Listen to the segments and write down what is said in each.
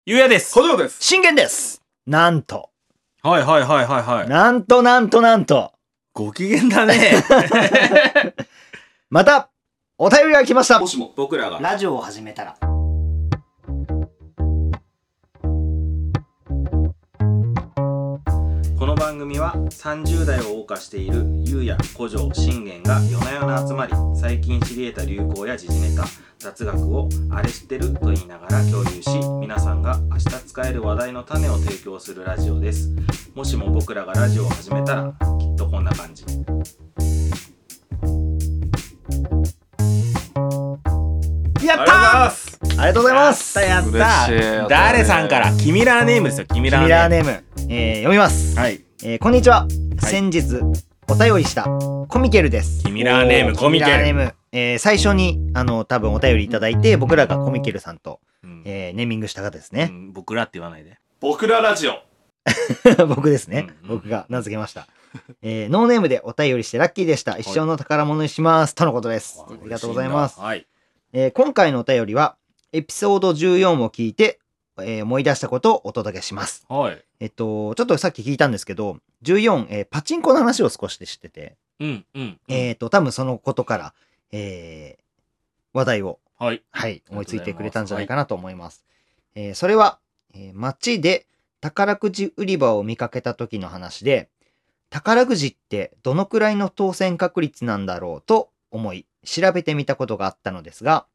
ゆうやです。 小僧です。 信玄です。なんとはいはいはいはいはい。 なんとご機嫌だね。 またお便りが来ました。 もしも僕らがラジオを始めたらこの番組は30代を謳歌しているゆうや、古城、信玄が夜な夜な集まり、最近知り得た流行や時事ネタ、雑学をあれ知ってると言いながら共有し、皆さんが明日使える話題の種を提供するラジオです。もしも僕らがラジオを始めたら、きっとこんな感じ。 やったー。ありがとうございます。 やった嬉しい。 誰さんから、キミラーネームですよ。キミラキミラーーネーム。 ネーム、読みます。 はい。 こんにちは、 い先日お便りしたコミケルです。 キミラーネームコミケル。 キミラーネーム、最初に多分お便りいただいて、僕らがコミケルさんと、ネーミングした方ですね。 僕らって言わないで。 僕らラジオ。 僕ですね、僕が名付けました。ノーネームでお便りしてラッキーでした。一生の宝物にしますとのことです。ありがとうございます。 はい。 今回のお便りはエピソード14を聞いて、思い出したことをお届けします。 はい。 ちょっとさっき聞いたんですけど、14、パチンコの話を少しで知ってて、多分そのことから、話題を、 はい、 思いついてくれたんじゃないかなと思います。それは、街で宝くじ売り場を見かけた時の話で、宝くじってどのくらいの当選確率なんだろうと思い、調べてみたことがあったのですが、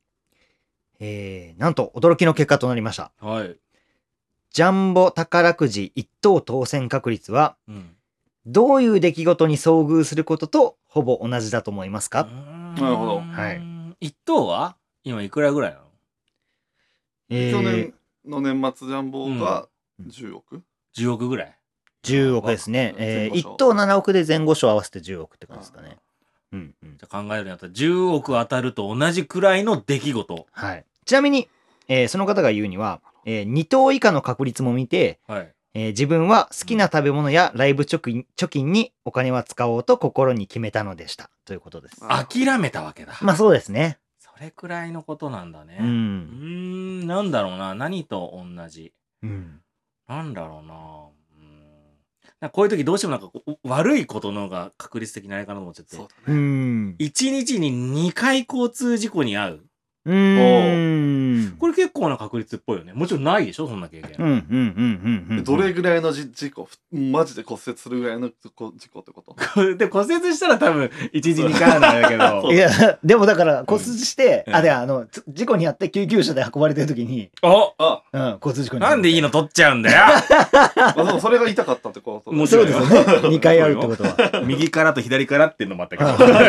なんと驚きの結果となりました。 はい。 ジャンボ宝くじ1等当選確率は、どういう出来事に遭遇することとほぼ同じだと思いますか？ なるほど。 はい。 1等は今いくらぐらいなの？ 去年の年末ジャンボが10億、 10億ぐらい。 10億ですね。 前後賞 1等7億で前後賞合わせて10億って感じですかね。 じゃあ考えるにあったら10億当たると同じくらいの出来事。 はい。ちなみに、その方が言うには、2等以下の確率も見て、 はい。 自分は好きな食べ物やライブ貯金にお金は使おうと心に決めたのでしたということです。 諦めたわけだ。 まあそうですね。 それくらいのことなんだね。 なんだろうな。何と同じ。なんだろうな。こういう時どうしてもなんか悪いことの方が確率的にあれかなと思っちゃって。 そうだね。 1日に2回交通事故に遭う。これ結構な確率っぽいよね。もちろんないでしょ、そんな経験。 どれぐらいの事故、マジで骨折するぐらいの事故ってこと？ で骨折したら多分1日2回なんだけど。 いやでもだから骨折して、事故にあって救急車で運ばれてる時に、交通事故になんでいいの取っちゃうんだよ。 それが痛かったってこと？ もちろんそうですよね。2回あるってことは。 右からと左からっていうのもあったけど。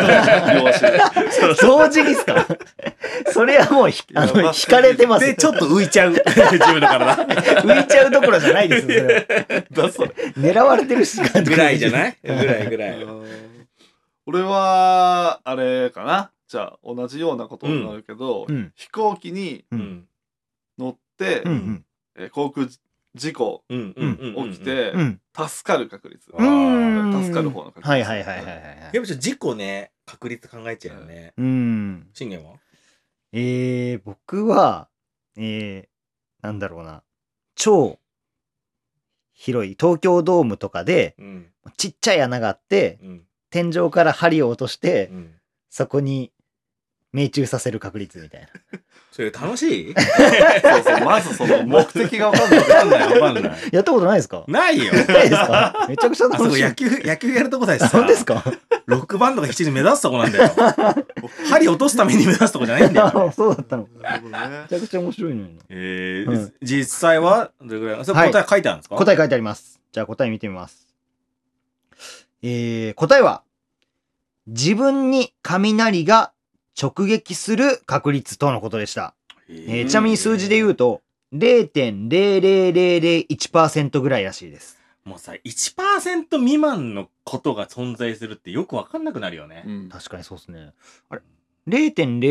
同時にっすか？それはもう引かれてます。 でちょっと浮いちゃう。自分の体。 浮いちゃうどころじゃないですよ。それ狙われてるしぐらいじゃない？ぐらい。 俺はあれかな。じゃあ同じようなことになるけど、飛行機に乗って航空事故起きて助かる確率。助かる方の確率。 はい。 やっぱ事故ね、確率考えちゃうよね。信玄は？ 僕はなんだろうな、超広い東京ドームとかでちっちゃい穴があって、天井から針を落として、そこに命中させる確率みたいな。 それ楽しい？ そうまずその目的が分かんない。 やったことないですか？ ないよ。 ないですか？めちゃくちゃ楽しい。 野球やるとこだしさ。 そうですか？ ロックバンドが7時目指すとこなんだよ。針落とすために目指すとこじゃないんだよ。 そうだったの。めちゃくちゃ面白いのに。 実際はどれぐらい？それ答え書いてあるんですか？ 答え書いてあります。じゃあ答え見てみます。答えは自分に雷が直撃する確率とのことでした。ちなみに数字で言うと 0.00001% ぐらいらしいです。 もうさ、1% 未満のことが存在するってよくわかんなくなるよね。 確かにそうですね。あれ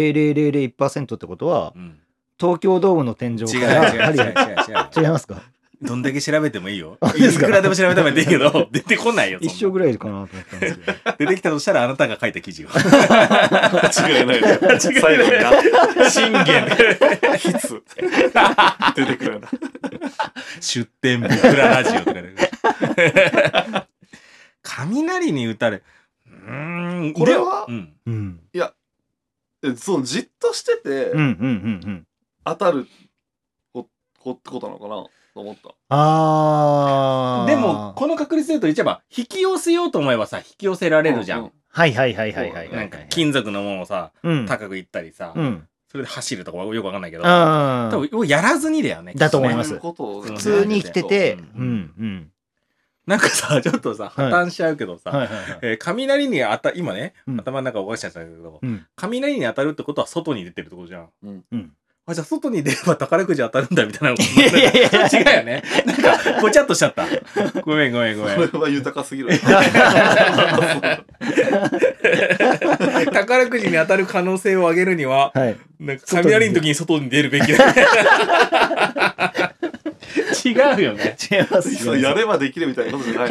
0.00001% ってことは、東京ドームの天井から違いますか？ 違いますか？ どんだけ調べてもいいよ。 あ、ですかいくらでも調べてもいいけど、出てこないよ。 一生ぐらいかなと思ったんですけど。 出てきたとしたらあなたが書いた記事を。 間違いないね。最後にな。 信玄。 筆。出てくるな。 出典僕らラジオとかで。雷に打たれ。 これは、 うん。 いや、そう、じっとしてて、当たることなのかなと思った。 でも、この確率で言うと、一番、引き寄せようと思えばさ、引き寄せられるじゃん。 はいはいはいはいはい。 なんか、金属のものをさ、高くいったりさ、それで走るとかよくわかんないけど、多分、やらずにだよね。 だと思います。普通に生きてて、 なんかさ、ちょっとさ、破綻しちゃうけどさ、雷に今ね、頭の中おかしちゃったけど、雷に当たるってことは外に出てるってことじゃん。あ、じゃあ外に出れば宝くじ当たるんだみたいな。違うよね。なんか、ごちゃっとしちゃった。ごめん。 これは豊かすぎる。 宝くじに当たる可能性を上げるには、なんか雷の時に外に出るべきだ。違うよね。 違いますよ。 やればできるみたいなことじゃない。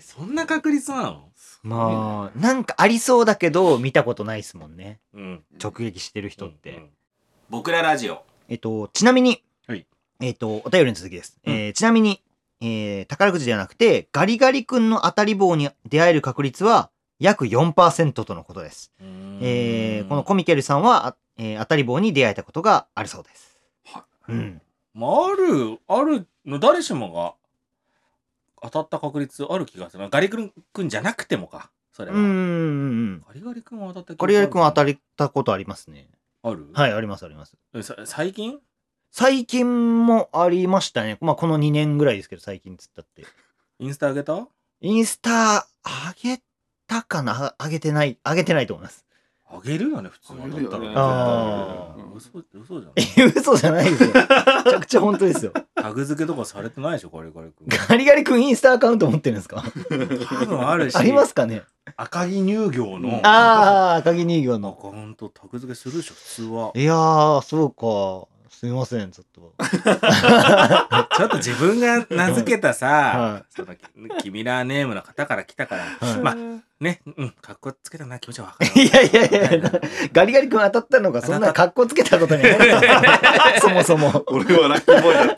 そんな確率なの？ まあ、なんかありそうだけど、見たことないですもんね。直撃してる人って。 僕らラジオ。 ちなみに、お便りの続きです。ちなみに、宝くじではなくて、ガリガリ君の当たり棒に出会える確率は約 4% とのことです。このコミケルさんは、当たり棒に出会えたことがあるそうです。 まあ、あるの、誰しもが当たった確率ある気がする。ガリガリ君じゃなくてもか。それは。ガリガリ君は当たったガリガリ君は当たったことありますね。 ある？ はい、あります。 最近？ 最近もありましたね。まあ、この2年ぐらいですけど、最近つったって。 インスタ上げた？ インスタ上げたかな？上げてないと思います。 あげるよね、普通に。嘘じゃん。嘘じゃないですよ。めちゃくちゃ本当ですよ。 タグ付けとかされてないでしょ、ガリガリ君。 ガリガリ君インスタアカウント持ってるんですか？ 多分あるし。 ありますかね？ 赤城乳業の。 赤城乳業の。 アカウントタグ付けするでしょ、普通は。 いやー、そうか。すみません、ちょっと。 ちょっと自分が名付けたさ、そのキミラーネームの方から来たから、まあね、かっこつけたな気持ちは分かる。 いや、ガリガリ君当たったのがそんなかっこつけたことになる。そもそも。 俺はラッキーボーイだって。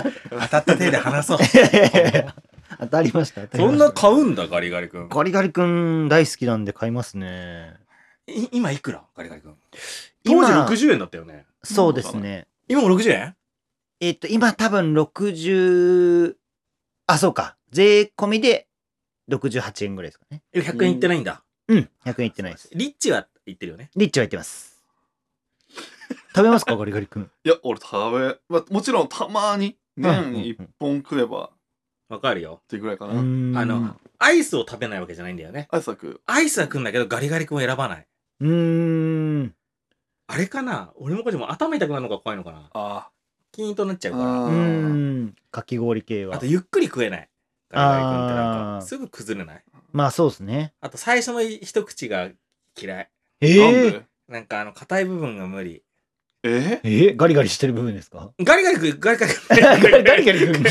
当たった手で話そう。 当たりました。 そんな買うんだ、ガリガリ君。 ガリガリ君大好きなんで買いますね。 今いくらガリガリ君。当時60円だったよね。 そうですね。 今も60円？ 今多分60、そうか。税込みで68円ぐらいですかね。 100円いってないんだ。 100円いってないです。 リッチは言ってるよね。 リッチは言ってます。食べますか、ガリガリ君。 いや、俺もちろんたまに年1本食えば。 わかるよ。 っていうぐらいかな。 アイスを食べないわけじゃないんだよね。 アイスは食う。 アイスは食うんだけど、ガリガリ君を選ばない。あれかな、俺もこっちも頭痛くなるのが怖いのかな。キーンとなっちゃうから。 かき氷系は。 あとゆっくり食えない。ガリガリ君ってなんかすぐ崩れない。 まあそうですね。 あと最初の一口が嫌い。なんか硬い部分が無理。 ガリガリしてる部分ですか？ ガリガリ君。 ガリガリ君。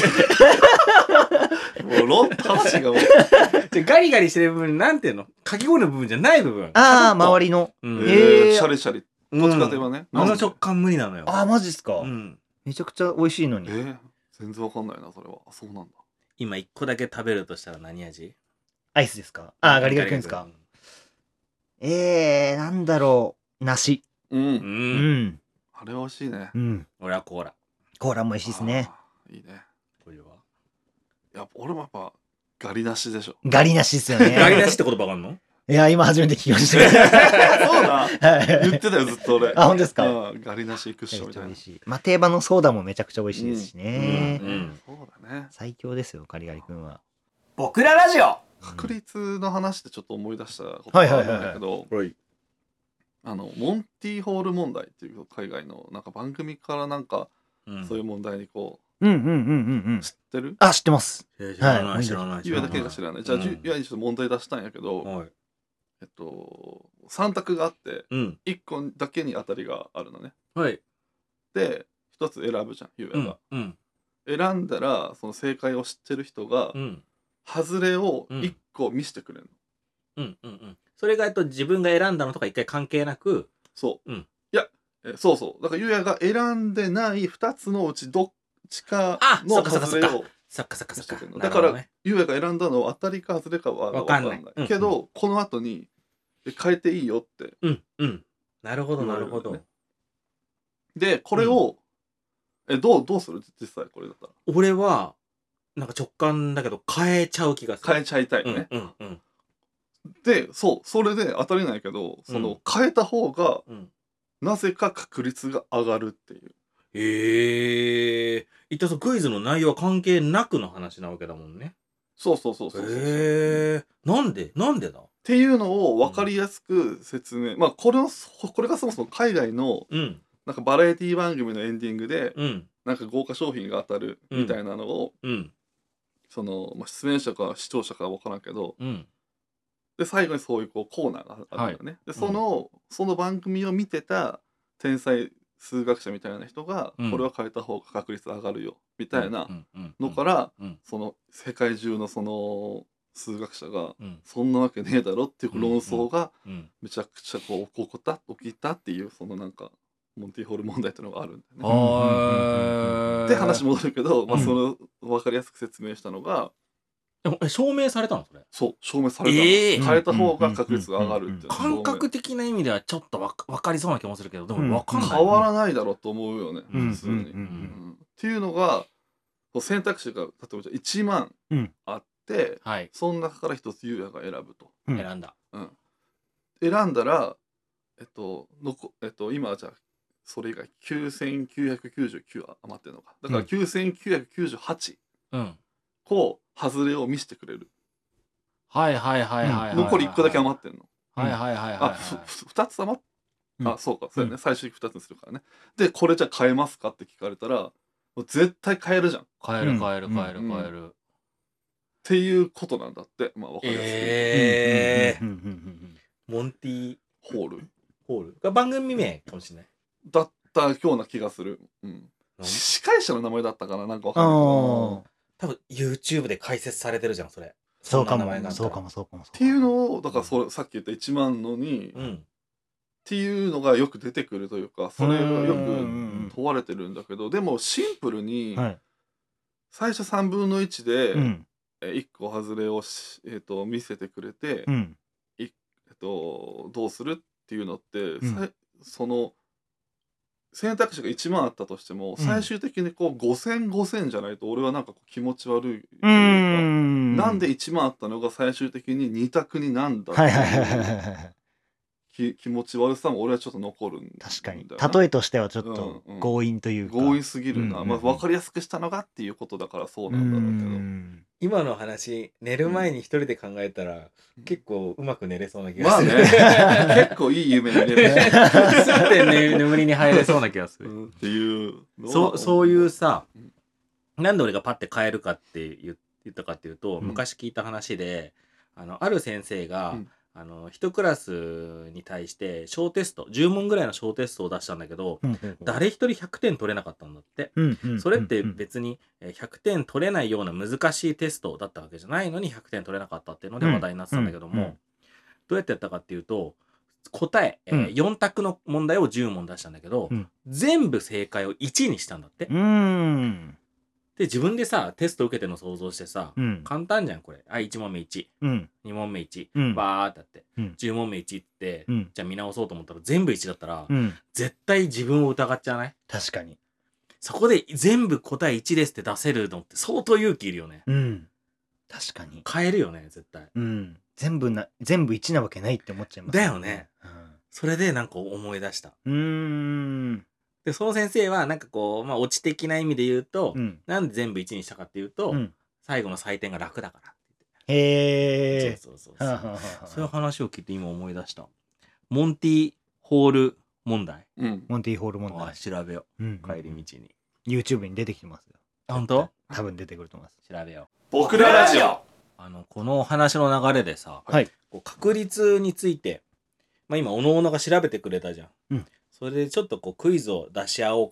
もうロン話がもう。 ガリガリしてる部分、なんていうの？かき氷の部分じゃない部分。 周りの。 シャリシャリ。どっちかといえばね。 あの食感無理なのよ。 マジっすか？めちゃくちゃ美味しいのに。 全然わかんないな、それは。そうなんだ。 今1個だけ食べるとしたら何味？ アイスですか？ガリガリ君ですか？なんだろう。梨。 あれは美味しいね。 俺はコーラ。 コーラも美味しいですね。 いいね。これは。俺もやっぱガリ梨でしょ。 ガリ梨っすよね。 ガリ梨って言葉があるの？ いや、今初めて聞きました。 そうだ。言ってたよ、ずっと俺。 本当ですか？ ガリ梨クッションみたいな。 まあ、定番のソーダもめちゃくちゃ美味しいですしね。 そうだね。 最強ですよ、ガリガリ君は。 僕らラジオ。 確率の話でちょっと思い出したことがあるんだけど、モンティホール問題っていう海外のなんか番組からなんかそういう問題にこう知ってる？ 知ってます。 知らない。 ゆうやだけが知らない。じゃあゆうやにちょっと問題出したんやけど、3択があって1個だけに当たりがあるのね。で1 一つ選ぶじゃんゆうやが、選んだらその正解を知ってる人が、外れを1個見せてくれるの。それが自分が選んだのとか一回関係なく、 そう、いやそうそうだからゆうやが選んでない2つのうちどっちかの外れをだからゆうやが選んだのは当たりか外れかは分かんないけど、この後に変えていいよって。 なるほどなるほど。 でこれを、どうする実際これだったら。 俺はなんか直感だけど変えちゃう気がする。 変えちゃいたいね。でそれで当たりないけどその変えた方がなぜか確率が上がるっていう。 一体そのクイズの内容は関係なくの話なわけだもんね。 そう。 なんでだっていうのを分かりやすく説明、まあこれがそもそも海外のなんかバラエティ番組のエンディングで、なんか豪華商品が当たるみたいなのを、その、出演者か視聴者か分からんけど、で最後にそういうコーナーがあるんだよね。でその番組を見てた天才数学者みたいな人が、これは変えた方が確率上がるよみたいなのから、その世界中のその数学者が、そんなわけねえだろっていう論争がめちゃくちゃこう起きたっていうそのなんかモンティホール問題っていうのがあるんだよね。で話戻るけど、その分かりやすく説明したのが。 証明されたのそれ。 そう証明されたの。変えた方が確率が上がるっていう。 感覚的な意味ではちょっと分かりそうな気もするけど、でも分かんない。 変わらないだろうと思うよね普通に。っていうのが選択肢が例えば1万あって、その中から一つゆうやが選ぶと。 選んだ。 選んだら今じゃあそれ以外9999余ってるのか。だから9998こう外れを見せてくれる。残り1個だけ余ってんの。2つ余っそうかそうやね、最終2つにするからね。でこれじゃあ変えますかって聞かれたら絶対変えるじゃん。 変えるっていうことなんだって。まあ分かりやすくモンティホールが番組名かもしれないだったような気がする。司会者の名前だったかな、なんか分かんないけど多分 YouTube で解説されてるじゃんそれ。 そうかもっていうのをだからさっき言った1万のにっていうのがよく出てくるというか、それがよく問われてるんだけど、でもシンプルに最初3分の1で1個外れを見せてくれて、どうするっていうのって、その選択肢が1万あったとしても、最終的にこう5000じゃないと俺はなんか気持ち悪いというか、なんで1万あったのが最終的に2択になんだっていう気持ち悪さも俺はちょっと残るんだよね。 確かに例えとしてはちょっと強引というか、 強引すぎるな。分かりやすくしたのがっていうことだからそうなんだろうけど、 今の話寝る前に一人で考えたら結構うまく寝れそうな気がする。 結構いい夢見れるしすって眠りに入れそうな気がするっていうそういうさ、なんで俺がパッて変えるかって言ったかっていうと、昔聞いた話である先生が1クラスに対して小テスト10問ぐらいの小テストを出したんだけど、誰一人100点取れなかったんだって。それって別に100点取れないような難しいテストだったわけじゃないのに100点取れなかったっていうので話題になってたんだけども、どうやってやったかっていうと、答え、4択の問題を10問出したんだけど、全部正解を1にしたんだって。で自分でさテスト受けての想像してさ、簡単じゃんこれ。1問目1、2問目1、バーってやって、10問目1って、じゃあ見直そうと思ったら全部1だったら、絶対自分を疑っちゃわない？ 確かに。 そこで全部答え1ですって出せるのって相当勇気いるよね。 確かに。 変えるよね絶対。 全部1なわけないって思っちゃいますだよね。それでなんか思い出した。でその先生はなんかこう、オチ的な意味で言うと、なんで全部1にしたかっていうと、最後の採点が楽だからって言って。そういう話を聞いて今思い出した。モンティホール問題。 モンティホール問題調べよう。帰り道に YouTube に出てきてますよ。 本当？ 多分出てくると思います。 調べよう。 僕らラジオ。 この話の流れでさ、確率について、今おのおのが調べてくれたじゃん。それでちょっとこうクイズを出し合おうか。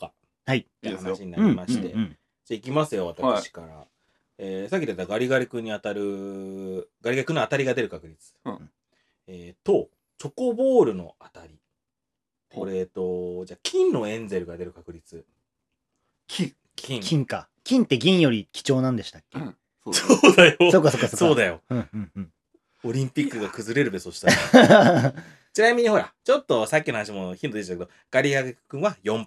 はい。 って話になりまして、じゃあいきますよ、私から。さっき言ったガリガリ君に当たる、ガリガリ君の当たりが出る確率。と、チョコボールの当たり。これ、じゃあ金のエンゼルが出る確率。 金か。金って銀より貴重なんでしたっけ？ そうだよ。 そうか。 そうだよ。オリンピックが崩れるべ、そしたら。ちなみにほら、ちょっとさっきの話もヒントでしたけど、ガリガリ君は4%。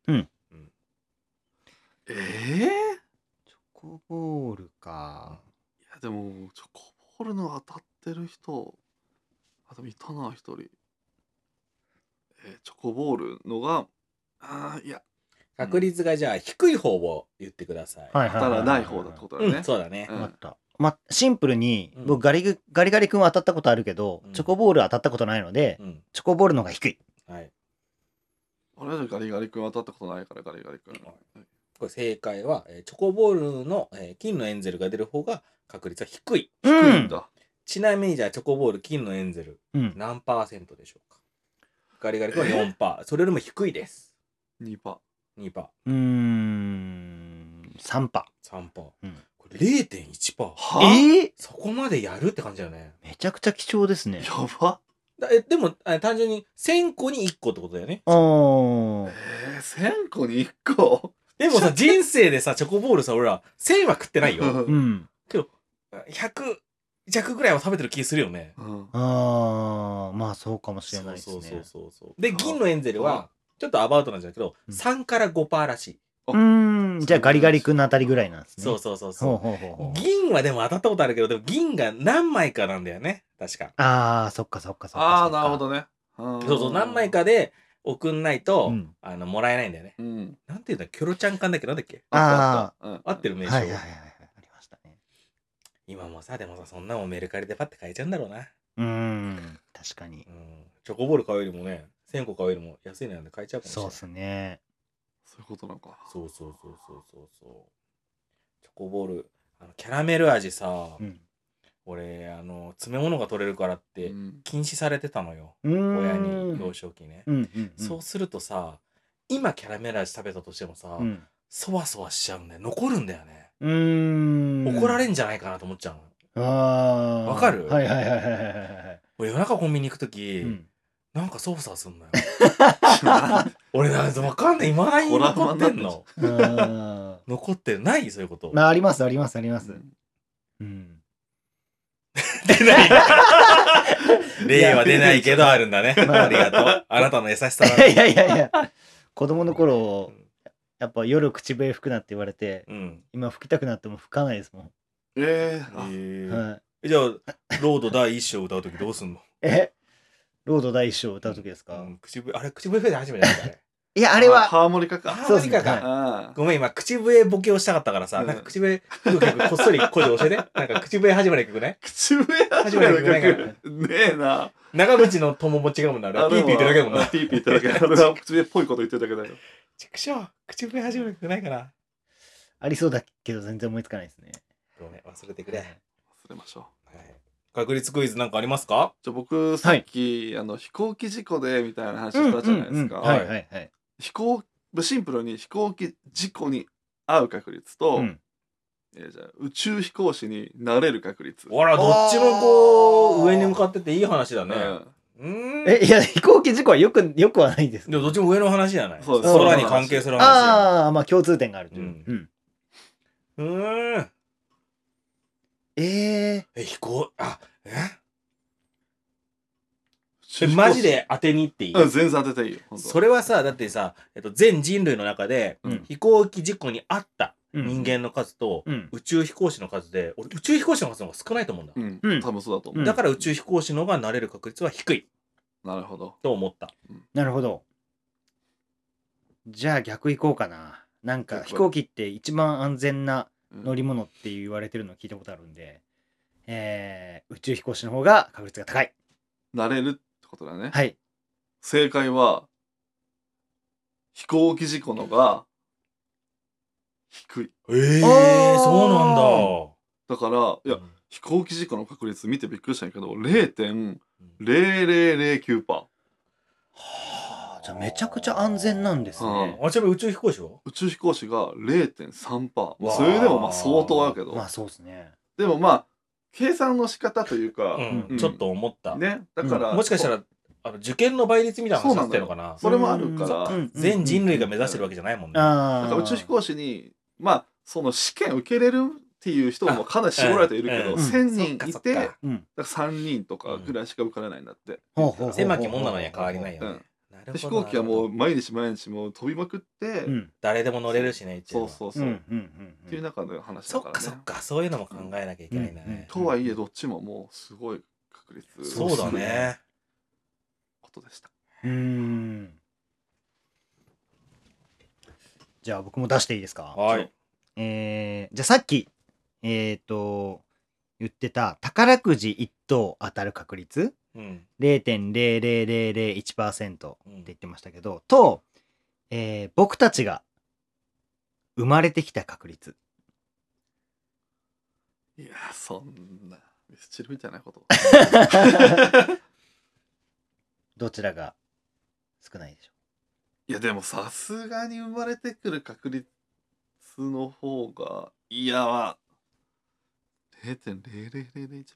チョコボールか。 いやでもチョコボールの当たってる人、でもいたな一人。チョコボールのがいや確率がじゃあ低い方を言ってください。 当たらない方だってことだね。 そうだね。 分かった。シンプルに僕ガリガリ君は当たったことあるけど、チョコボールは当たったことないので、チョコボールの方が低い。 はい。俺はガリガリ君は当たったことないからガリガリ君。 これ正解はチョコボールの金のエンゼルが出る方が確率は低い。 低いんだ。 ちなみにじゃあチョコボール金のエンゼル何%でしょうか？ガリガリ君は4%。それよりも低いです。 2%。 3%。 3%。 これ 0.1%。そこまでやるって感じだよね。 めちゃくちゃ貴重ですね。 やば。 でも単純に1000個に1個ってことだよね。 1000個に1個でもさ、人生でさ、チョコボールさ、俺ら1000は食ってないよ。けど、100弱ぐらいは食べてる気するよね。 まあそうかもしれないですね。 そう。で、銀のエンゼルは、ちょっとアバウトなんだけど、3から 5% らしい。 じゃあガリガリ君の当たりぐらいなんですね。 そう。銀はでも当たったことあるけど、でも銀が何枚かなんだよね。確か。 そっか。 なるほどね。 そう、何枚かで送んないと、もらえないんだよね。なんていうんだ、キョロちゃん缶だっけ、なんだっけ。合ってる名称。 ありましたね。 今もさ、でもさ、そんなもんメルカリでパッて買えちゃうんだろうな。 確かに。 チョコボール買うよりもね、1000個買うよりも安い値段で買えちゃうかもしれない。 そうっすね。 そういうことなのか。 そう。チョコボール、キャラメル味さ、俺、詰め物が取れるからって禁止されてたのよ。親に、幼少期ね。そうするとさ、今キャラメル味食べたとしてもさ、そわそわしちゃうんだよ。残るんだよね。怒られんじゃないかなと思っちゃうの。わかる？ はい。 俺夜中コンビニ行くとき、なんか操作すんのよ。俺わかんない。未だに残ってんの。残ってないそういうこと。 あります。出ない。 例は出ないけどあるんだね。ありがとう。あなたの優しさだ。 いや。子供の頃、やっぱ夜口笛吹くなって言われて、今吹きたくなっても吹かないですもん。 じゃあ、ロード第一章歌うときどうすんの？ ロード第一章歌うときですか？ 口笛で初めてやったね。 いや、あれは。 ハーモニカか。 ハーモニカか。ごめん、今、口笛ボケをしたかったからさ、なんか口笛、こっそり声で教えて。なんか口笛始まる曲ね。 口笛始まる曲ねえな。 長渕の友も違うもんな。ピーピー言ってるだけだもんな。 ピーピー言ってるだけ。俺は口笛っぽいこと言ってるだけだよ。 ちくしょう、口笛始まる曲ないかな。 ありそうだけど全然思いつかないですね。 ごめん、忘れてくれ。 忘れましょう。 確率クイズなんかありますか？ じゃあ僕、さっき、飛行機事故でみたいな話したじゃないですか。シンプルに飛行機事故に遭う確率と、じゃあ宇宙飛行士になれる確率。 あら、どっちもこう上に向かってていい話だね。 いや飛行機事故はよくはないです。 でもどっちも上の話じゃない。空に関係する話。 まあ共通点があるという。 飛行マジで当てに行っていい？ 全然当てていいよ。 それはさ、だってさ、全人類の中で飛行機事故に遭った人間の数と宇宙飛行士の数で、俺宇宙飛行士の数の方が少ないと思うんだ。 多分そうだと思う。 だから宇宙飛行士の方がなれる確率は低い。 なるほど。 と思った。 なるほど。じゃあ逆行こうかな。なんか飛行機って一番安全な乗り物って言われてるのを聞いたことあるんで、宇宙飛行士の方が確率が高い。 なれるってことだね。 はい。 正解は飛行機事故のが低い。 そうなんだ。 だからいや、飛行機事故の確率見てびっくりしたんやけど 0.0009%。 じゃあめちゃくちゃ安全なんですね。 ちなみに宇宙飛行士は？ 宇宙飛行士が 0.3%。それでもまあ相当だけど。 まあそうですね。 でもまあ計算の仕方というか、 ちょっと思った。 ね、だから、 もしかしたら受験の倍率みたいなのさせてるのかな。 それもあるから、 全人類が目指してるわけじゃないもんね。 なんか宇宙飛行士にまあその試験受けれるっていう人もかなり絞られているけど、1000人いて、だから3人とかぐらいしか受からないんだって。 狭きもんなのには変わりないよね。 飛行機はもう毎日毎日もう飛びまくって、 誰でも乗れるしね、一応。 そうっていう中で話だからね。 そっか、そういうのも考えなきゃいけないんだね。 とはいえどっちももうすごい確率。 そうだね。 ことでした。 じゃあ僕も出していいですか？ はい。 じゃあさっき言ってた宝くじ1等当たる確率、0.00001% って言ってましたけど、と、僕たちが生まれてきた確率。 いやそんなミスチルみたいなこと。 どちらが少ないでしょう？いやでもさすがに生まれてくる確率の方がいやは 0.0001%。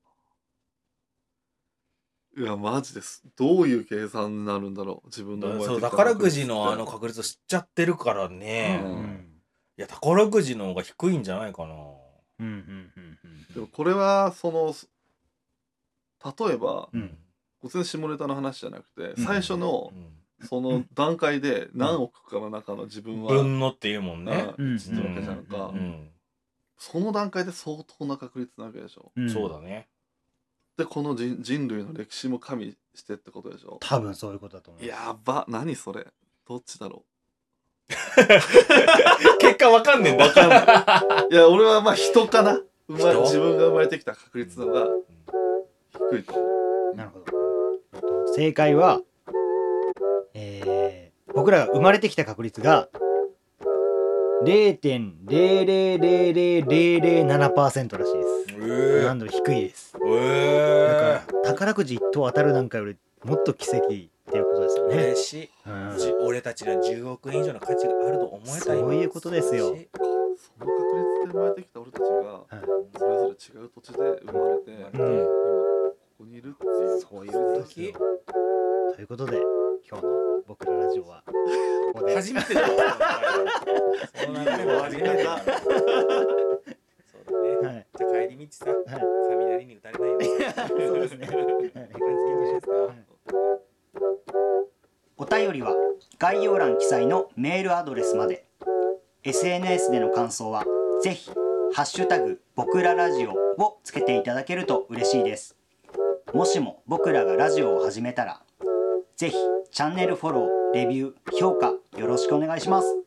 いやマジです。どういう計算になるんだろう、自分のそう宝くじの確率知っちゃってるからね。いや宝くじの方が低いんじゃないかな。 でもこれはその例えば、全然下ネタの話じゃなくて、最初のその段階で何億かの中の自分は分のっていうもんね。 知ってるわけじゃんか。その段階で相当な確率なわけでしょ。 そうだね。 でこの人類の歴史も加味してってことでしょ。 多分そういうことだと思う。 やば、何それ、どっちだろう。 結果わかんねえんだ。 いや俺はまあ人かな。自分が生まれてきた確率のが低いと思う。 なるほど。正解は、僕らが生まれてきた確率が 0.0000007% らしいです。なんだろ、低いです。だから宝くじ1等当たるなんかよりもっと奇跡っていうことですよね。 嬉しい。俺たちには10億円以上の価値があると思えた。 そういうことですよ。 その確率で生まれてきた俺たちがそれぞれ違う土地で生まれて、今ここにいるっていう、 そういうことですよ。ということで今日の僕らラジオはここで初めてだよ。その流れも初めてだ。そうだね。じゃあ帰り道さ、雷に打たれないように。 そうですね。お便りは概要欄記載のメールアドレスまで。SNS での感想はぜひハッシュタグ僕らラジオをつけていただけると嬉しいです。もしも僕らがラジオを始めたらぜひチャンネルフォロー、レビュー、評価よろしくお願いします。